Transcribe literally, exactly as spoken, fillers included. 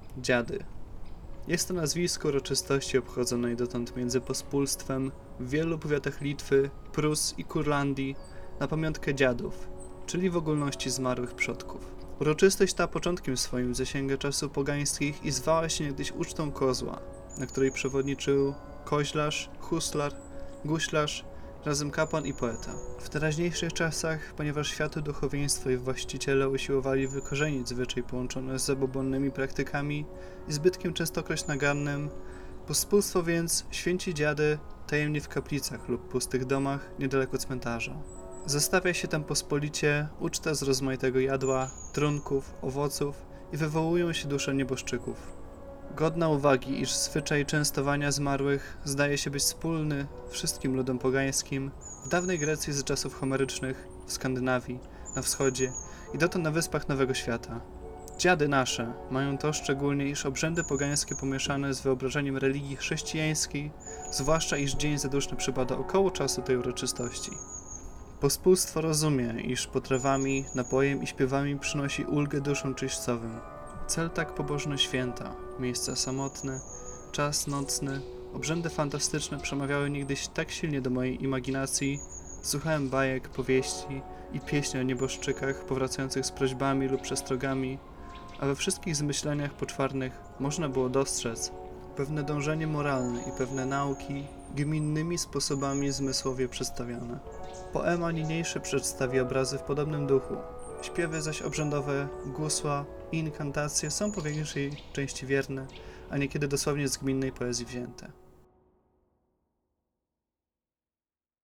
Dziady. Jest to nazwisko uroczystości obchodzonej dotąd między pospólstwem w wielu powiatach Litwy, Prus i Kurlandii na pamiątkę dziadów, czyli w ogólności zmarłych przodków. Uroczystość ta początkiem swoim zasięga czasów pogańskich i zwała się niegdyś ucztą kozła, na której przewodniczył koźlarz, huslar, guślarz, razem kapłan i poeta. W teraźniejszych czasach, ponieważ światu duchowieństwo i właściciele usiłowali wykorzenić zwyczaj połączony z zabobonnymi praktykami i zbytkiem częstokroć nagannym, pospólstwo więc święci dziady tajemnie w kaplicach lub pustych domach niedaleko cmentarza. Zastawia się tam pospolicie uczta z rozmaitego jadła, trunków, owoców i wywołują się dusze nieboszczyków. Godna uwagi, iż zwyczaj częstowania zmarłych zdaje się być wspólny wszystkim ludom pogańskim w dawnej Grecji z czasów homerycznych, w Skandynawii, na wschodzie i dotąd na wyspach Nowego Świata. Dziady nasze mają to szczególnie, iż obrzędy pogańskie pomieszane z wyobrażeniem religii chrześcijańskiej, zwłaszcza iż dzień zaduszny przypada około czasu tej uroczystości. Pospólstwo rozumie, iż potrawami, napojem i śpiewami przynosi ulgę duszom czyśćcowym. Cel tak pobożny święta, miejsca samotne, czas nocny, obrzędy fantastyczne przemawiały niegdyś tak silnie do mojej imaginacji. Słuchałem bajek, powieści i pieśni o nieboszczykach powracających z prośbami lub przestrogami, a we wszystkich zmyśleniach poczwarnych można było dostrzec pewne dążenie moralne i pewne nauki gminnymi sposobami zmysłowie przedstawiane. Poema niniejszy przedstawi obrazy w podobnym duchu. Śpiewy zaś obrzędowe, gusła i inkantacje są po większej części wierne, a niekiedy dosłownie z gminnej poezji wzięte.